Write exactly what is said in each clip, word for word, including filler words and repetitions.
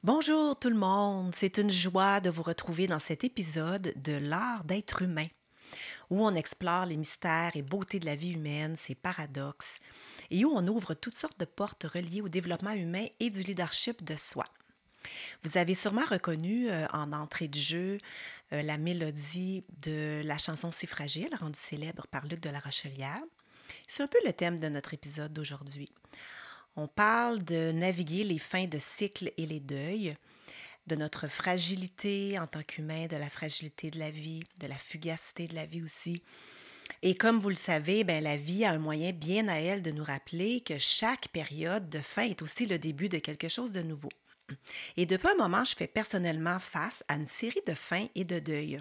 Bonjour tout le monde, c'est une joie de vous retrouver dans cet épisode de l'art d'être humain, où on explore les mystères et beautés de la vie humaine, ses paradoxes, et où on ouvre toutes sortes de portes reliées au développement humain et du leadership de soi. Vous avez sûrement reconnu euh, en entrée de jeu euh, la mélodie de la chanson Si fragile, rendue célèbre par Luc de la Rochelière. C'est un peu le thème de notre épisode d'aujourd'hui. On parle de naviguer les fins de cycle et les deuils, de notre fragilité en tant qu'humain, de la fragilité de la vie, de la fugacité de la vie aussi. Et comme vous le savez, ben, la vie a un moyen bien à elle de nous rappeler que chaque période de fin est aussi le début de quelque chose de nouveau. Et depuis un moment, je fais personnellement face à une série de fins et de deuils.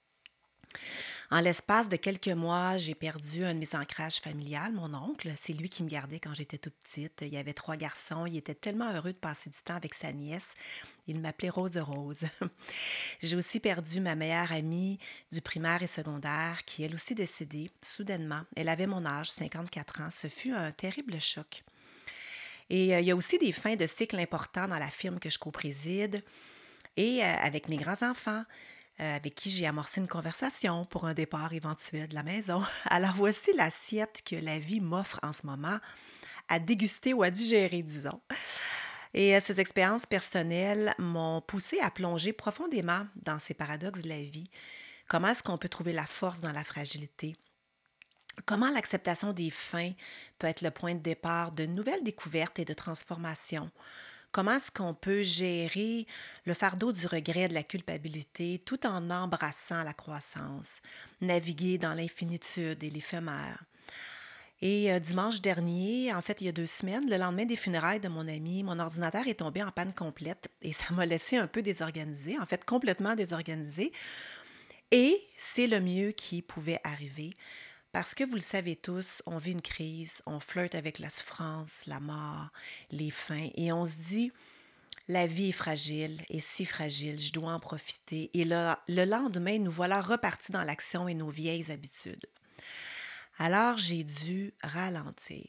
En l'espace de quelques mois, j'ai perdu un de mes ancrages familial, mon oncle. C'est lui qui me gardait quand j'étais toute petite. Il y avait trois garçons. Il était tellement heureux de passer du temps avec sa nièce. Il m'appelait Rose Rose. J'ai aussi perdu ma meilleure amie du primaire et secondaire, qui elle aussi décédée soudainement. Elle avait mon âge, cinquante-quatre ans. Ce fut un terrible choc. Et euh, il y a aussi des fins de cycle importants dans la firme que je co-préside et euh, avec mes grands-enfants, euh, avec qui j'ai amorcé une conversation pour un départ éventuel de la maison. Alors voici l'assiette que la vie m'offre en ce moment à déguster ou à digérer, disons. Et euh, ces expériences personnelles m'ont poussé à plonger profondément dans ces paradoxes de la vie. Comment est-ce qu'on peut trouver la force dans la fragilité? Comment l'acceptation des fins peut être le point de départ de nouvelles découvertes et de transformations? Comment est-ce qu'on peut gérer le fardeau du regret, de la culpabilité, tout en embrassant la croissance, naviguer dans l'infinitude et l'éphémère? Et euh, dimanche dernier, en fait, il y a deux semaines, le lendemain des funérailles de mon ami, mon ordinateur est tombé en panne complète et ça m'a laissé un peu désorganisée, en fait, complètement désorganisée. Et c'est le mieux qui pouvait arriver. Parce que vous le savez tous, on vit une crise, on flirte avec la souffrance, la mort, les fins, et on se dit, la vie est fragile, et si fragile, je dois en profiter. Et le, le lendemain, nous voilà repartis dans l'action et nos vieilles habitudes. Alors j'ai dû ralentir.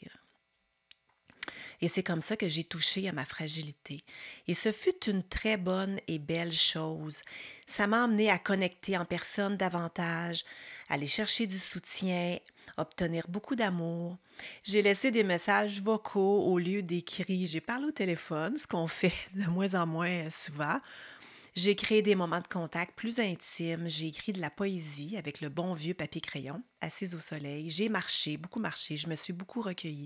Et c'est comme ça que j'ai touché à ma fragilité. Et ce fut une très bonne et belle chose. Ça m'a amené à connecter en personne davantage, aller chercher du soutien, obtenir beaucoup d'amour. J'ai laissé des messages vocaux au lieu d'écrits. J'ai parlé au téléphone, ce qu'on fait de moins en moins souvent. J'ai créé des moments de contact plus intimes. J'ai écrit de la poésie avec le bon vieux papier-crayon, assise au soleil. J'ai marché, beaucoup marché. Je me suis beaucoup recueillie.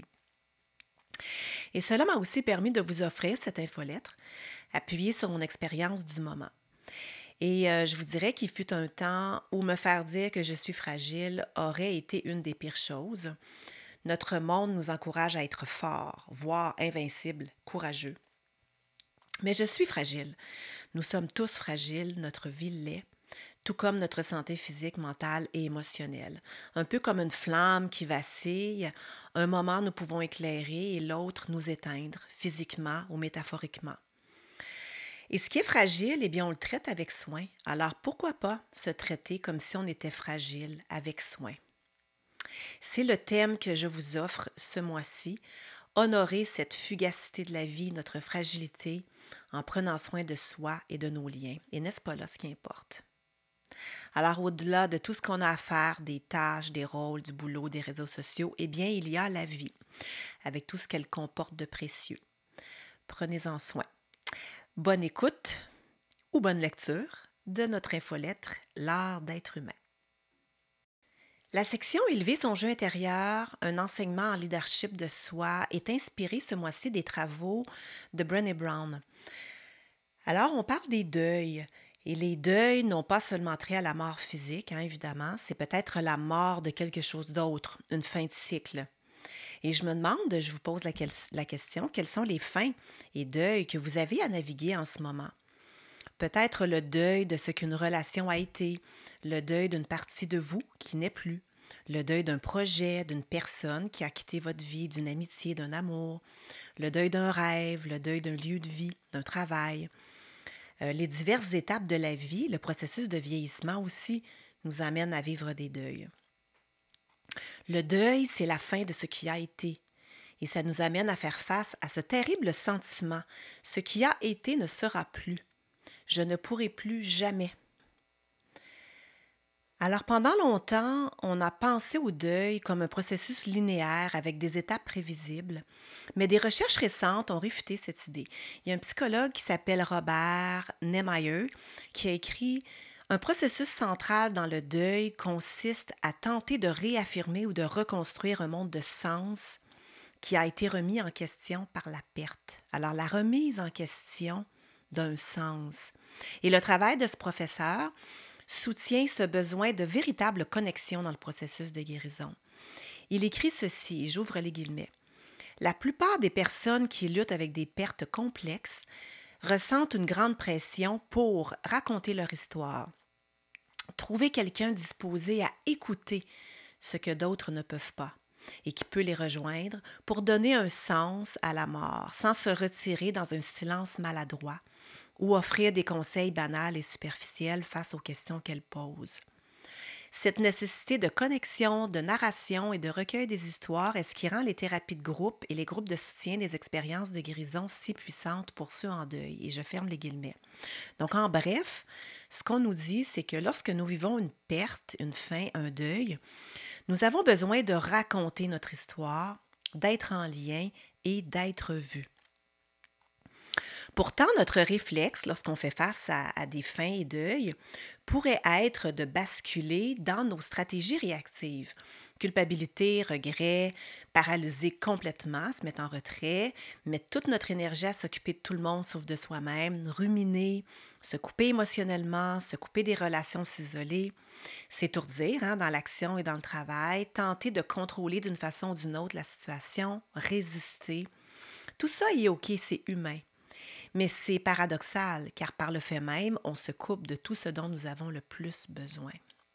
Et cela m'a aussi permis de vous offrir cette infolettre, appuyée sur mon expérience du moment. Et euh, je vous dirais qu'il fut un temps où me faire dire que je suis fragile aurait été une des pires choses. Notre monde nous encourage à être forts, voire invincibles, courageux. Mais je suis fragile. Nous sommes tous fragiles, notre vie l'est, tout comme notre santé physique, mentale et émotionnelle. Un peu comme une flamme qui vacille, un moment nous pouvons éclairer et l'autre nous éteindre, physiquement ou métaphoriquement. Et ce qui est fragile, eh bien, on le traite avec soin. Alors pourquoi pas se traiter comme si on était fragile avec soin? C'est le thème que je vous offre ce mois-ci. Honorer cette fugacité de la vie, notre fragilité, en prenant soin de soi et de nos liens. Et n'est-ce pas là ce qui importe? Alors, au-delà de tout ce qu'on a à faire, des tâches, des rôles, du boulot, des réseaux sociaux, eh bien, il y a la vie, avec tout ce qu'elle comporte de précieux. Prenez-en soin. Bonne écoute ou bonne lecture de notre infolettre L'art d'être humain. La section Élever son jeu intérieur, un enseignement en leadership de soi est inspirée ce mois-ci des travaux de Brené Brown. Alors, on parle des deuils. Et les deuils n'ont pas seulement trait à la mort physique, hein, évidemment, c'est peut-être la mort de quelque chose d'autre, une fin de cycle. Et je me demande, je vous pose la, la question, quelles sont les fins et deuils que vous avez à naviguer en ce moment? Peut-être le deuil de ce qu'une relation a été, le deuil d'une partie de vous qui n'est plus, le deuil d'un projet, d'une personne qui a quitté votre vie, d'une amitié, d'un amour, le deuil d'un rêve, le deuil d'un lieu de vie, d'un travail. Euh, les diverses étapes de la vie, le processus de vieillissement aussi, nous amène à vivre des deuils. Le deuil, c'est la fin de ce qui a été. Et ça nous amène à faire face à ce terrible sentiment. Ce qui a été ne sera plus. Je ne pourrai plus jamais. Alors pendant longtemps, on a pensé au deuil comme un processus linéaire avec des étapes prévisibles, mais des recherches récentes ont réfuté cette idée. Il y a un psychologue qui s'appelle Robert Niemeyer qui a écrit un processus central dans le deuil consiste à tenter de réaffirmer ou de reconstruire un monde de sens qui a été remis en question par la perte. Alors la remise en question d'un sens. Et le travail de ce professeur soutient ce besoin de véritable connexion dans le processus de guérison. Il écrit ceci, j'ouvre les guillemets. La plupart des personnes qui luttent avec des pertes complexes ressentent une grande pression pour raconter leur histoire, trouver quelqu'un disposé à écouter ce que d'autres ne peuvent pas et qui peut les rejoindre pour donner un sens à la mort sans se retirer dans un silence maladroit ou offrir des conseils banals et superficiels face aux questions qu'elle pose. Cette nécessité de connexion, de narration et de recueil des histoires est ce qui rend les thérapies de groupe et les groupes de soutien des expériences de guérison si puissantes pour ceux en deuil. Et je ferme les guillemets. Donc, en bref, ce qu'on nous dit, c'est que lorsque nous vivons une perte, une fin, un deuil, nous avons besoin de raconter notre histoire, d'être en lien et d'être vus. Pourtant, notre réflexe, lorsqu'on fait face à, à des fins et deuils, pourrait être de basculer dans nos stratégies réactives. Culpabilité, regret, paralyser complètement, se mettre en retrait, mettre toute notre énergie à s'occuper de tout le monde sauf de soi-même, ruminer, se couper émotionnellement, se couper des relations, s'isoler, s'étourdir hein, dans l'action et dans le travail, tenter de contrôler d'une façon ou d'une autre la situation, résister. Tout ça est OK, c'est humain. Mais c'est paradoxal, car par le fait même, on se coupe de tout ce dont nous avons le plus besoin.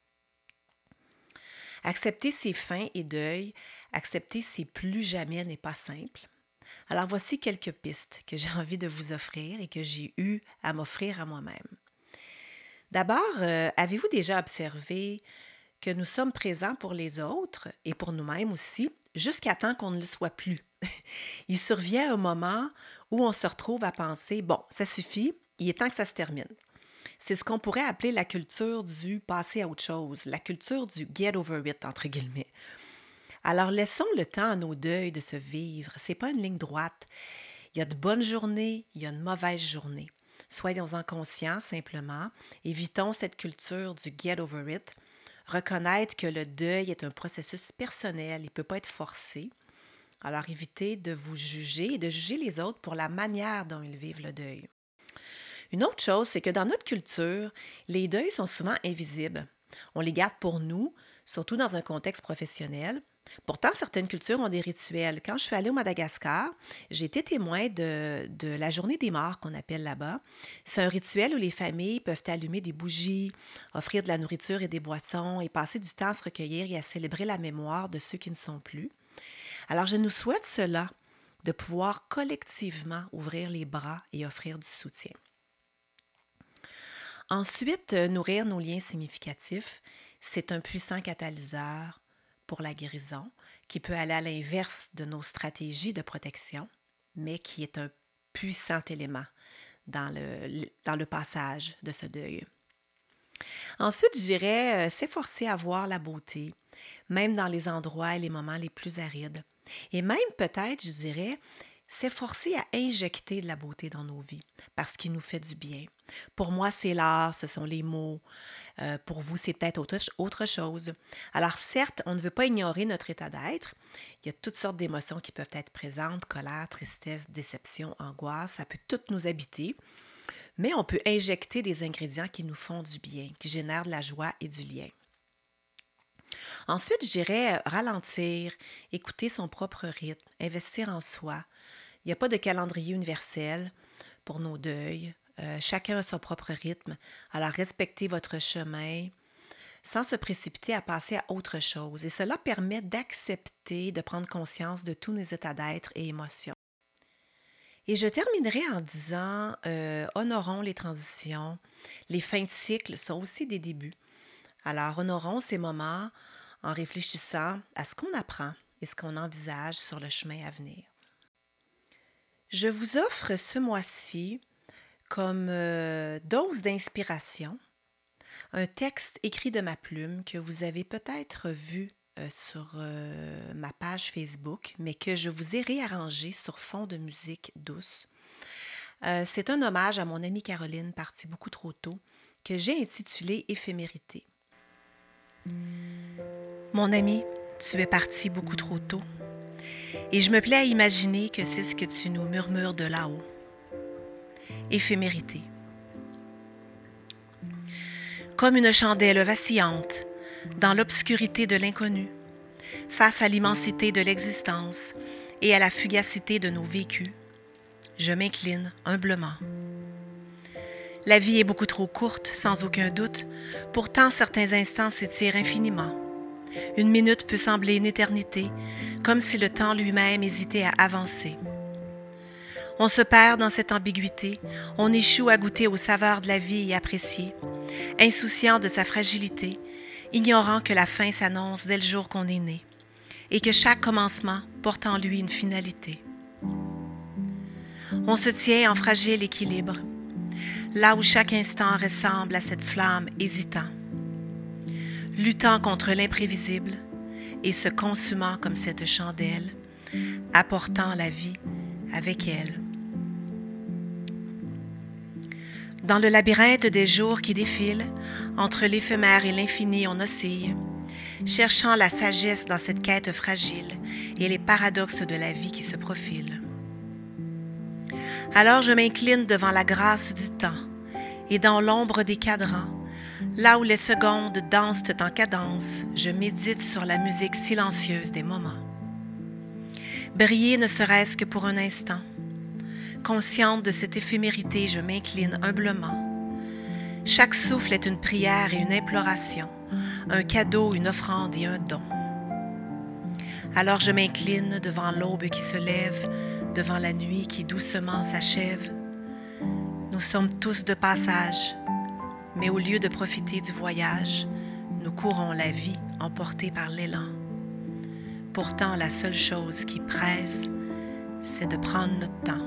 Accepter ses fins et deuils, accepter ses plus jamais n'est pas simple. Alors voici quelques pistes que j'ai envie de vous offrir et que j'ai eu à m'offrir à moi-même. D'abord, euh, avez-vous déjà observé que nous sommes présents pour les autres et pour nous-mêmes aussi, jusqu'à temps qu'on ne le soit plus? Il survient un moment où on se retrouve à penser, bon, ça suffit, il est temps que ça se termine. C'est ce qu'on pourrait appeler la culture du passer à autre chose, la culture du get over it, entre guillemets. Alors laissons le temps à nos deuils de se vivre. C'est pas une ligne droite. Il y a de bonnes journées, il y a de mauvaises journées. Soyons-en conscients simplement. Évitons cette culture du get over it. Reconnaître que le deuil est un processus personnel, il ne peut pas être forcé. Alors évitez de vous juger et de juger les autres pour la manière dont ils vivent le deuil. Une autre chose, c'est que dans notre culture, les deuils sont souvent invisibles. On les garde pour nous, surtout dans un contexte professionnel. Pourtant, certaines cultures ont des rituels. Quand je suis allée au Madagascar, j'ai été témoin de, de la journée des morts qu'on appelle là-bas. C'est un rituel où les familles peuvent allumer des bougies, offrir de la nourriture et des boissons et passer du temps à se recueillir et à célébrer la mémoire de ceux qui ne sont plus. Alors, je nous souhaite cela, de pouvoir collectivement ouvrir les bras et offrir du soutien. Ensuite, euh, nourrir nos liens significatifs, c'est un puissant catalyseur pour la guérison qui peut aller à l'inverse de nos stratégies de protection, mais qui est un puissant élément dans le, dans le passage de ce deuil. Ensuite, je dirais euh, s'efforcer à voir la beauté, même dans les endroits et les moments les plus arides. Et même peut-être, je dirais, s'efforcer à injecter de la beauté dans nos vies parce qu'il nous fait du bien. Pour moi, c'est l'art, ce sont les mots. Euh, pour vous, c'est peut-être autre, autre chose. Alors certes, on ne veut pas ignorer notre état d'être. Il y a toutes sortes d'émotions qui peuvent être présentes, colère, tristesse, déception, angoisse, ça peut tout nous habiter. Mais on peut injecter des ingrédients qui nous font du bien, qui génèrent de la joie et du lien. Ensuite, je dirais ralentir, écouter son propre rythme, investir en soi. Il n'y a pas de calendrier universel pour nos deuils. Euh, chacun a son propre rythme. Alors, respectez votre chemin sans se précipiter à passer à autre chose. Et cela permet d'accepter, de prendre conscience de tous nos états d'être et émotions. Et je terminerai en disant, euh, honorons les transitions. Les fins de cycle sont aussi des débuts. Alors, honorons ces moments en réfléchissant à ce qu'on apprend et ce qu'on envisage sur le chemin à venir. Je vous offre ce mois-ci, comme euh, dose d'inspiration, un texte écrit de ma plume que vous avez peut-être vu euh, sur euh, ma page Facebook, mais que je vous ai réarrangé sur fond de musique douce. Euh, c'est un hommage à mon amie Caroline, partie beaucoup trop tôt, que j'ai intitulé Éphémérité. Mon ami, tu es parti beaucoup trop tôt, et je me plais à imaginer que c'est ce que tu nous murmures de là-haut. Éphémérité. Comme une chandelle vacillante, dans l'obscurité de l'inconnu, face à l'immensité de l'existence et à la fugacité de nos vécus, je m'incline humblement. La vie est beaucoup trop courte, sans aucun doute, pourtant certains instants s'étirent infiniment. Une minute peut sembler une éternité, comme si le temps lui-même hésitait à avancer. On se perd dans cette ambiguïté, on échoue à goûter aux saveurs de la vie et apprécier, insouciant de sa fragilité, ignorant que la fin s'annonce dès le jour qu'on est né, et que chaque commencement porte en lui une finalité. On se tient en fragile équilibre, là où chaque instant ressemble à cette flamme hésitant, luttant contre l'imprévisible et se consumant comme cette chandelle, apportant la vie avec elle. Dans le labyrinthe des jours qui défilent, entre l'éphémère et l'infini on oscille, cherchant la sagesse dans cette quête fragile et les paradoxes de la vie qui se profilent. Alors je m'incline devant la grâce du temps, et dans l'ombre des cadrans, là où les secondes dansent en cadence, je médite sur la musique silencieuse des moments. Briller ne serait-ce que pour un instant. Consciente de cette éphémérité, je m'incline humblement. Chaque souffle est une prière et une imploration, un cadeau, une offrande et un don. Alors je m'incline devant l'aube qui se lève, devant la nuit qui doucement s'achève. Nous sommes tous de passage, mais au lieu de profiter du voyage, nous courons la vie emportés par l'élan. Pourtant, la seule chose qui presse, c'est de prendre notre temps.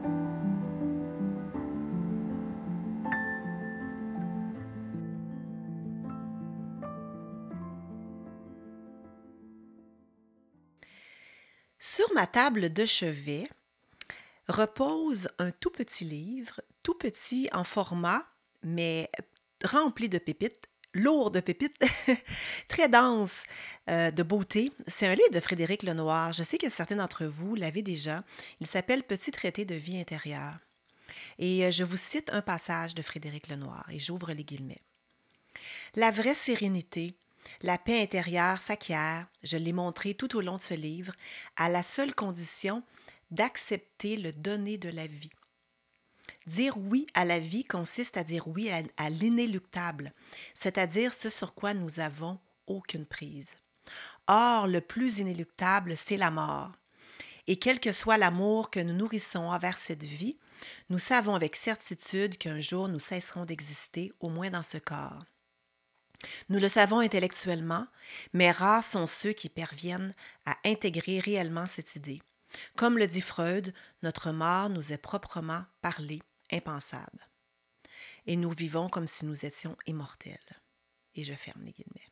Sur ma table de chevet repose un tout petit livre, tout petit en format, mais rempli de pépites, lourd de pépites, très dense euh, de beauté. C'est un livre de Frédéric Lenoir. Je sais que certains d'entre vous l'avaient déjà. Il s'appelle Petit traité de vie intérieure. Et je vous cite un passage de Frédéric Lenoir et j'ouvre les guillemets. La vraie sérénité, la paix intérieure s'acquiert, je l'ai montré tout au long de ce livre, à la seule condition d'accepter le donné de la vie. Dire oui à la vie consiste à dire oui à, à l'inéluctable, c'est-à-dire ce sur quoi nous avons aucune prise. Or, le plus inéluctable, c'est la mort. Et quel que soit l'amour que nous nourrissons envers cette vie, nous savons avec certitude qu'un jour nous cesserons d'exister, au moins dans ce corps. Nous le savons intellectuellement, mais rares sont ceux qui parviennent à intégrer réellement cette idée. Comme le dit Freud, notre mort nous est proprement parlé impensable. Et nous vivons comme si nous étions immortels. Et je ferme les guillemets.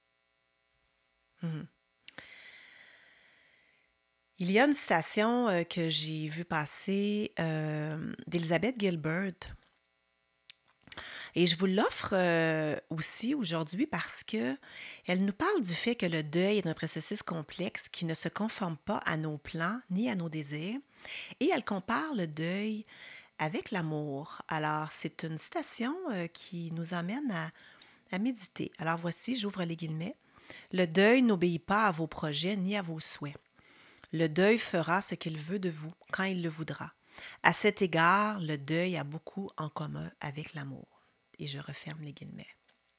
Hum. Il y a une citation euh, que j'ai vue passer euh, d'Elizabeth Gilbert. Et je vous l'offre euh, aussi aujourd'hui parce que elle nous parle du fait que le deuil est un processus complexe qui ne se conforme pas à nos plans ni à nos désirs. Et elle compare le deuil avec l'amour. Alors, c'est une citation euh, qui nous amène à, à méditer. Alors voici, j'ouvre les guillemets. Le deuil n'obéit pas à vos projets ni à vos souhaits. Le deuil fera ce qu'il veut de vous quand il le voudra. À cet égard, le deuil a beaucoup en commun avec l'amour. Et je referme les guillemets.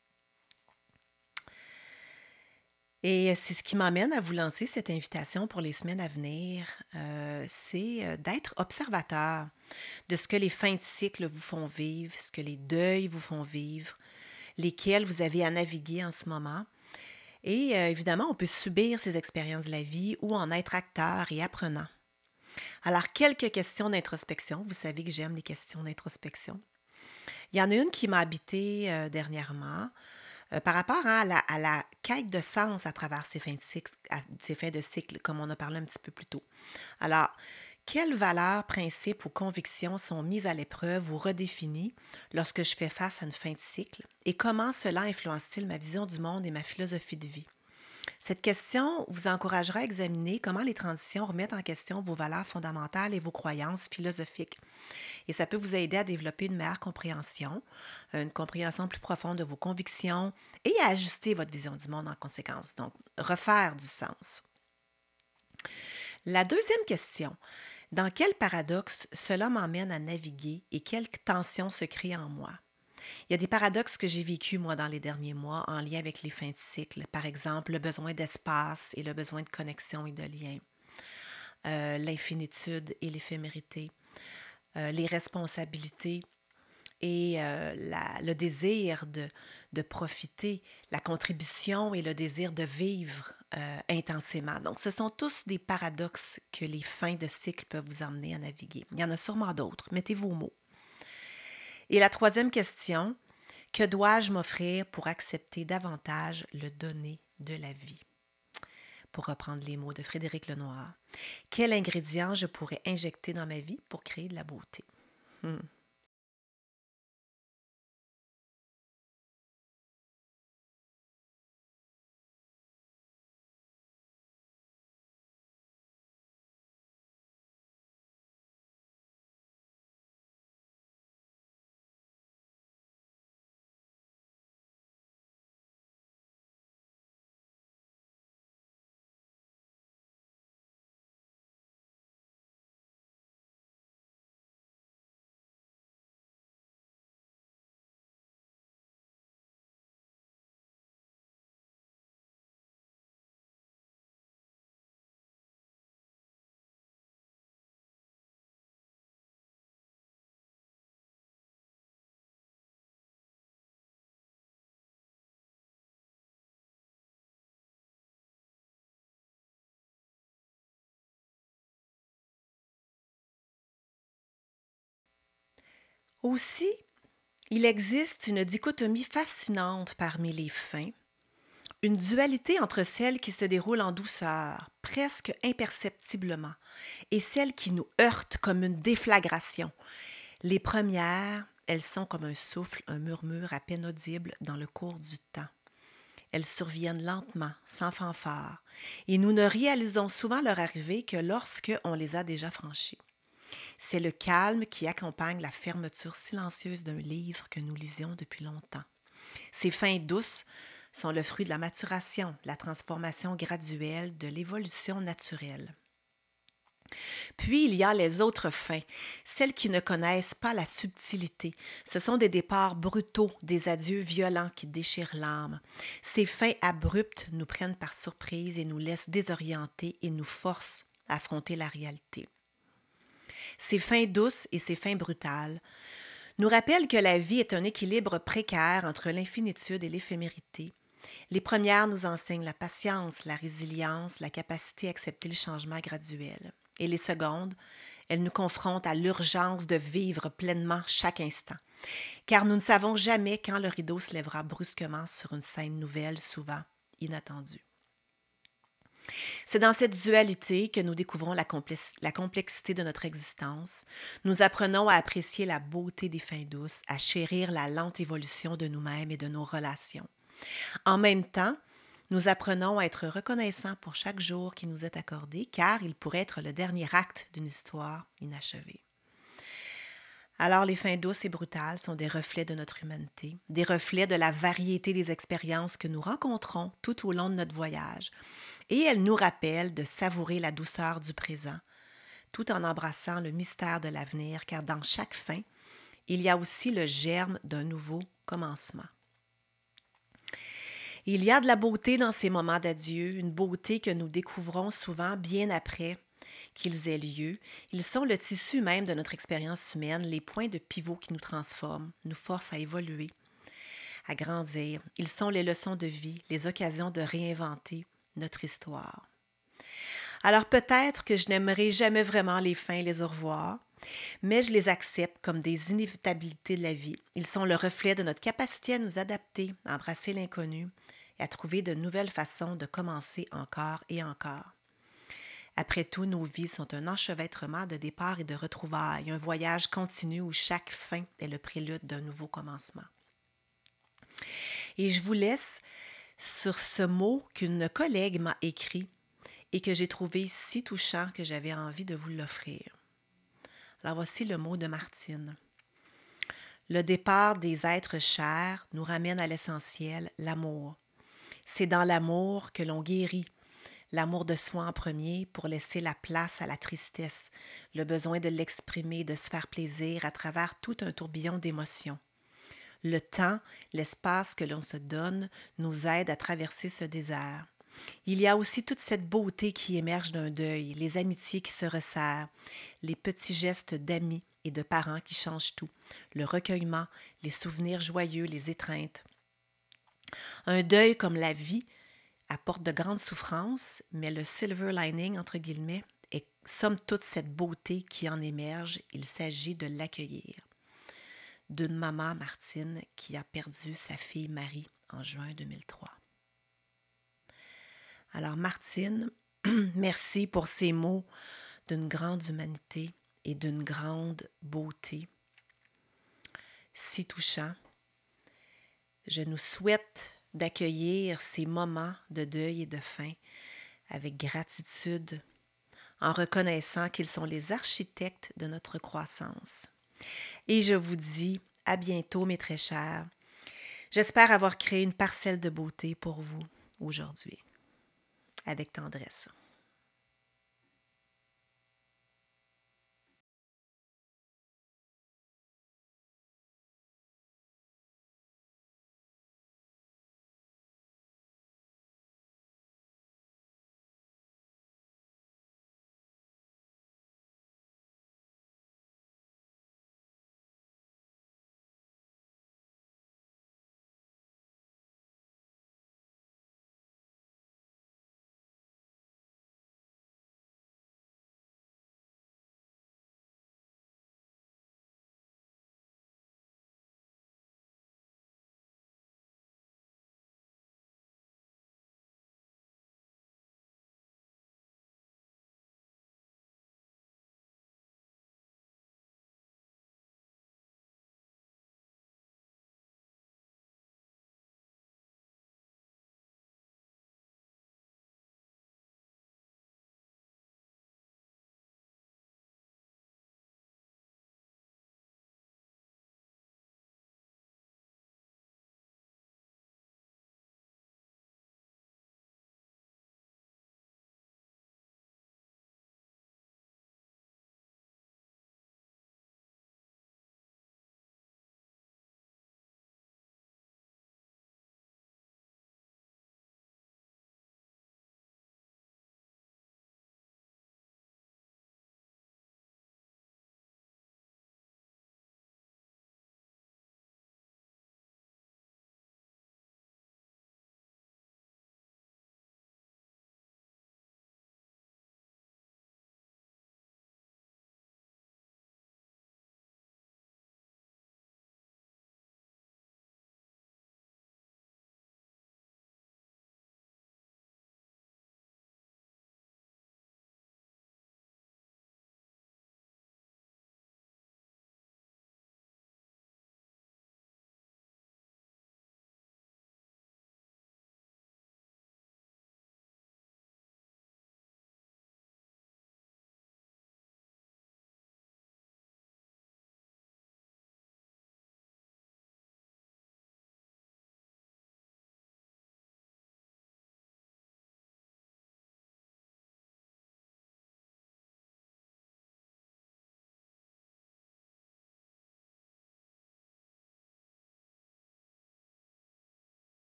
Et c'est ce qui m'amène à vous lancer cette invitation pour les semaines à venir. Euh, c'est d'être observateur de ce que les fins de cycle vous font vivre, ce que les deuils vous font vivre, lesquels vous avez à naviguer en ce moment. Et euh, évidemment, on peut subir ces expériences de la vie ou en être acteur et apprenant. Alors, quelques questions d'introspection. Vous savez que j'aime les questions d'introspection. Il y en a une qui m'a habité euh, dernièrement euh, par rapport hein, à, la, à la quête de sens à travers ces fins de cycle, à- ces fins de cycle, comme on a parlé un petit peu plus tôt. Alors, quelles valeurs, principes ou convictions sont mises à l'épreuve ou redéfinies lorsque je fais face à une fin de cycle et comment cela influence-t-il ma vision du monde et ma philosophie de vie? Cette question vous encouragera à examiner comment les transitions remettent en question vos valeurs fondamentales et vos croyances philosophiques. Et ça peut vous aider à développer une meilleure compréhension, une compréhension plus profonde de vos convictions et à ajuster votre vision du monde en conséquence. Donc, refaire du sens. La deuxième question, dans quel paradoxe cela m'emmène à naviguer et quelle tension se crée en moi? Il y a des paradoxes que j'ai vécus, moi, dans les derniers mois en lien avec les fins de cycle. Par exemple, le besoin d'espace et le besoin de connexion et de lien, euh, l'infinitude et l'éphémérité, euh, les responsabilités et euh, la- le désir de, de profiter, la contribution et le désir de vivre euh, intensément. Donc, ce sont tous des paradoxes que les fins de cycle peuvent vous emmener à naviguer. Il y en a sûrement d'autres. Mettez vos mots. Et la troisième question, que dois-je m'offrir pour accepter davantage le donner de la vie? Pour reprendre les mots de Frédéric Lenoir. Quel ingrédient je pourrais injecter dans ma vie pour créer de la beauté? Hmm. Aussi, il existe une dichotomie fascinante parmi les fins, une dualité entre celles qui se déroulent en douceur, presque imperceptiblement, et celles qui nous heurtent comme une déflagration. Les premières, elles sont comme un souffle, un murmure à peine audible dans le cours du temps. Elles surviennent lentement, sans fanfare, et nous ne réalisons souvent leur arrivée que lorsque on les a déjà franchies. C'est le calme qui accompagne la fermeture silencieuse d'un livre que nous lisions depuis longtemps. Ces fins douces sont le fruit de la maturation, de la transformation graduelle, de l'évolution naturelle. Puis il y a les autres fins, celles qui ne connaissent pas la subtilité. Ce sont des départs brutaux, des adieux violents qui déchirent l'âme. Ces fins abruptes nous prennent par surprise et nous laissent désorientés et nous forcent à affronter la réalité. Ces fins douces et ces fins brutales nous rappellent que la vie est un équilibre précaire entre l'infinitude et l'éphémérité. Les premières nous enseignent la patience, la résilience, la capacité à accepter le changement graduel. Et les secondes, elles nous confrontent à l'urgence de vivre pleinement chaque instant. Car nous ne savons jamais quand le rideau se lèvera brusquement sur une scène nouvelle, souvent inattendue. C'est dans cette dualité que nous découvrons la, complex- la complexité de notre existence. Nous apprenons à apprécier la beauté des fins douces, à chérir la lente évolution de nous-mêmes et de nos relations. En même temps, nous apprenons à être reconnaissants pour chaque jour qui nous est accordé, car il pourrait être le dernier acte d'une histoire inachevée. Alors, les fins douces et brutales sont des reflets de notre humanité, des reflets de la variété des expériences que nous rencontrons tout au long de notre voyage. Et elles nous rappellent de savourer la douceur du présent, tout en embrassant le mystère de l'avenir, car dans chaque fin, il y a aussi le germe d'un nouveau commencement. Il y a de la beauté dans ces moments d'adieu, une beauté que nous découvrons souvent bien après qu'ils aient lieu. Ils sont le tissu même de notre expérience humaine, les points de pivot qui nous transforment, nous forcent à évoluer, à grandir. Ils sont les leçons de vie, les occasions de réinventer notre histoire. Alors peut-être que je n'aimerai jamais vraiment les fins et les au revoir, mais je les accepte comme des inévitabilités de la vie. Ils sont le reflet de notre capacité à nous adapter, à embrasser l'inconnu et à trouver de nouvelles façons de commencer encore et encore. Après tout, nos vies sont un enchevêtrement de départ et de retrouvailles, un voyage continu où chaque fin est le prélude d'un nouveau commencement. Et je vous laisse sur ce mot qu'une collègue m'a écrit et que j'ai trouvé si touchant que j'avais envie de vous l'offrir. Alors voici le mot de Martine. Le départ des êtres chers nous ramène à l'essentiel, l'amour. C'est dans l'amour que l'on guérit. L'amour de soi en premier pour laisser la place à la tristesse, le besoin de l'exprimer, de se faire plaisir à travers tout un tourbillon d'émotions. Le temps, l'espace que l'on se donne nous aide à traverser ce désert. Il y a aussi toute cette beauté qui émerge d'un deuil, les amitiés qui se resserrent, les petits gestes d'amis et de parents qui changent tout, le recueillement, les souvenirs joyeux, les étreintes. Un deuil comme la vie apporte de grandes souffrances, mais le silver lining, entre guillemets, est somme toute cette beauté qui en émerge. Il s'agit de l'accueillir. D'une maman, Martine, qui a perdu sa fille Marie en juin deux mille trois. Alors Martine, merci pour ces mots d'une grande humanité et d'une grande beauté. Si touchant. Je nous souhaite d'accueillir ces moments de deuil et de fin avec gratitude, en reconnaissant qu'ils sont les architectes de notre croissance. Et je vous dis à bientôt, mes très chers. J'espère avoir créé une parcelle de beauté pour vous aujourd'hui, avec tendresse.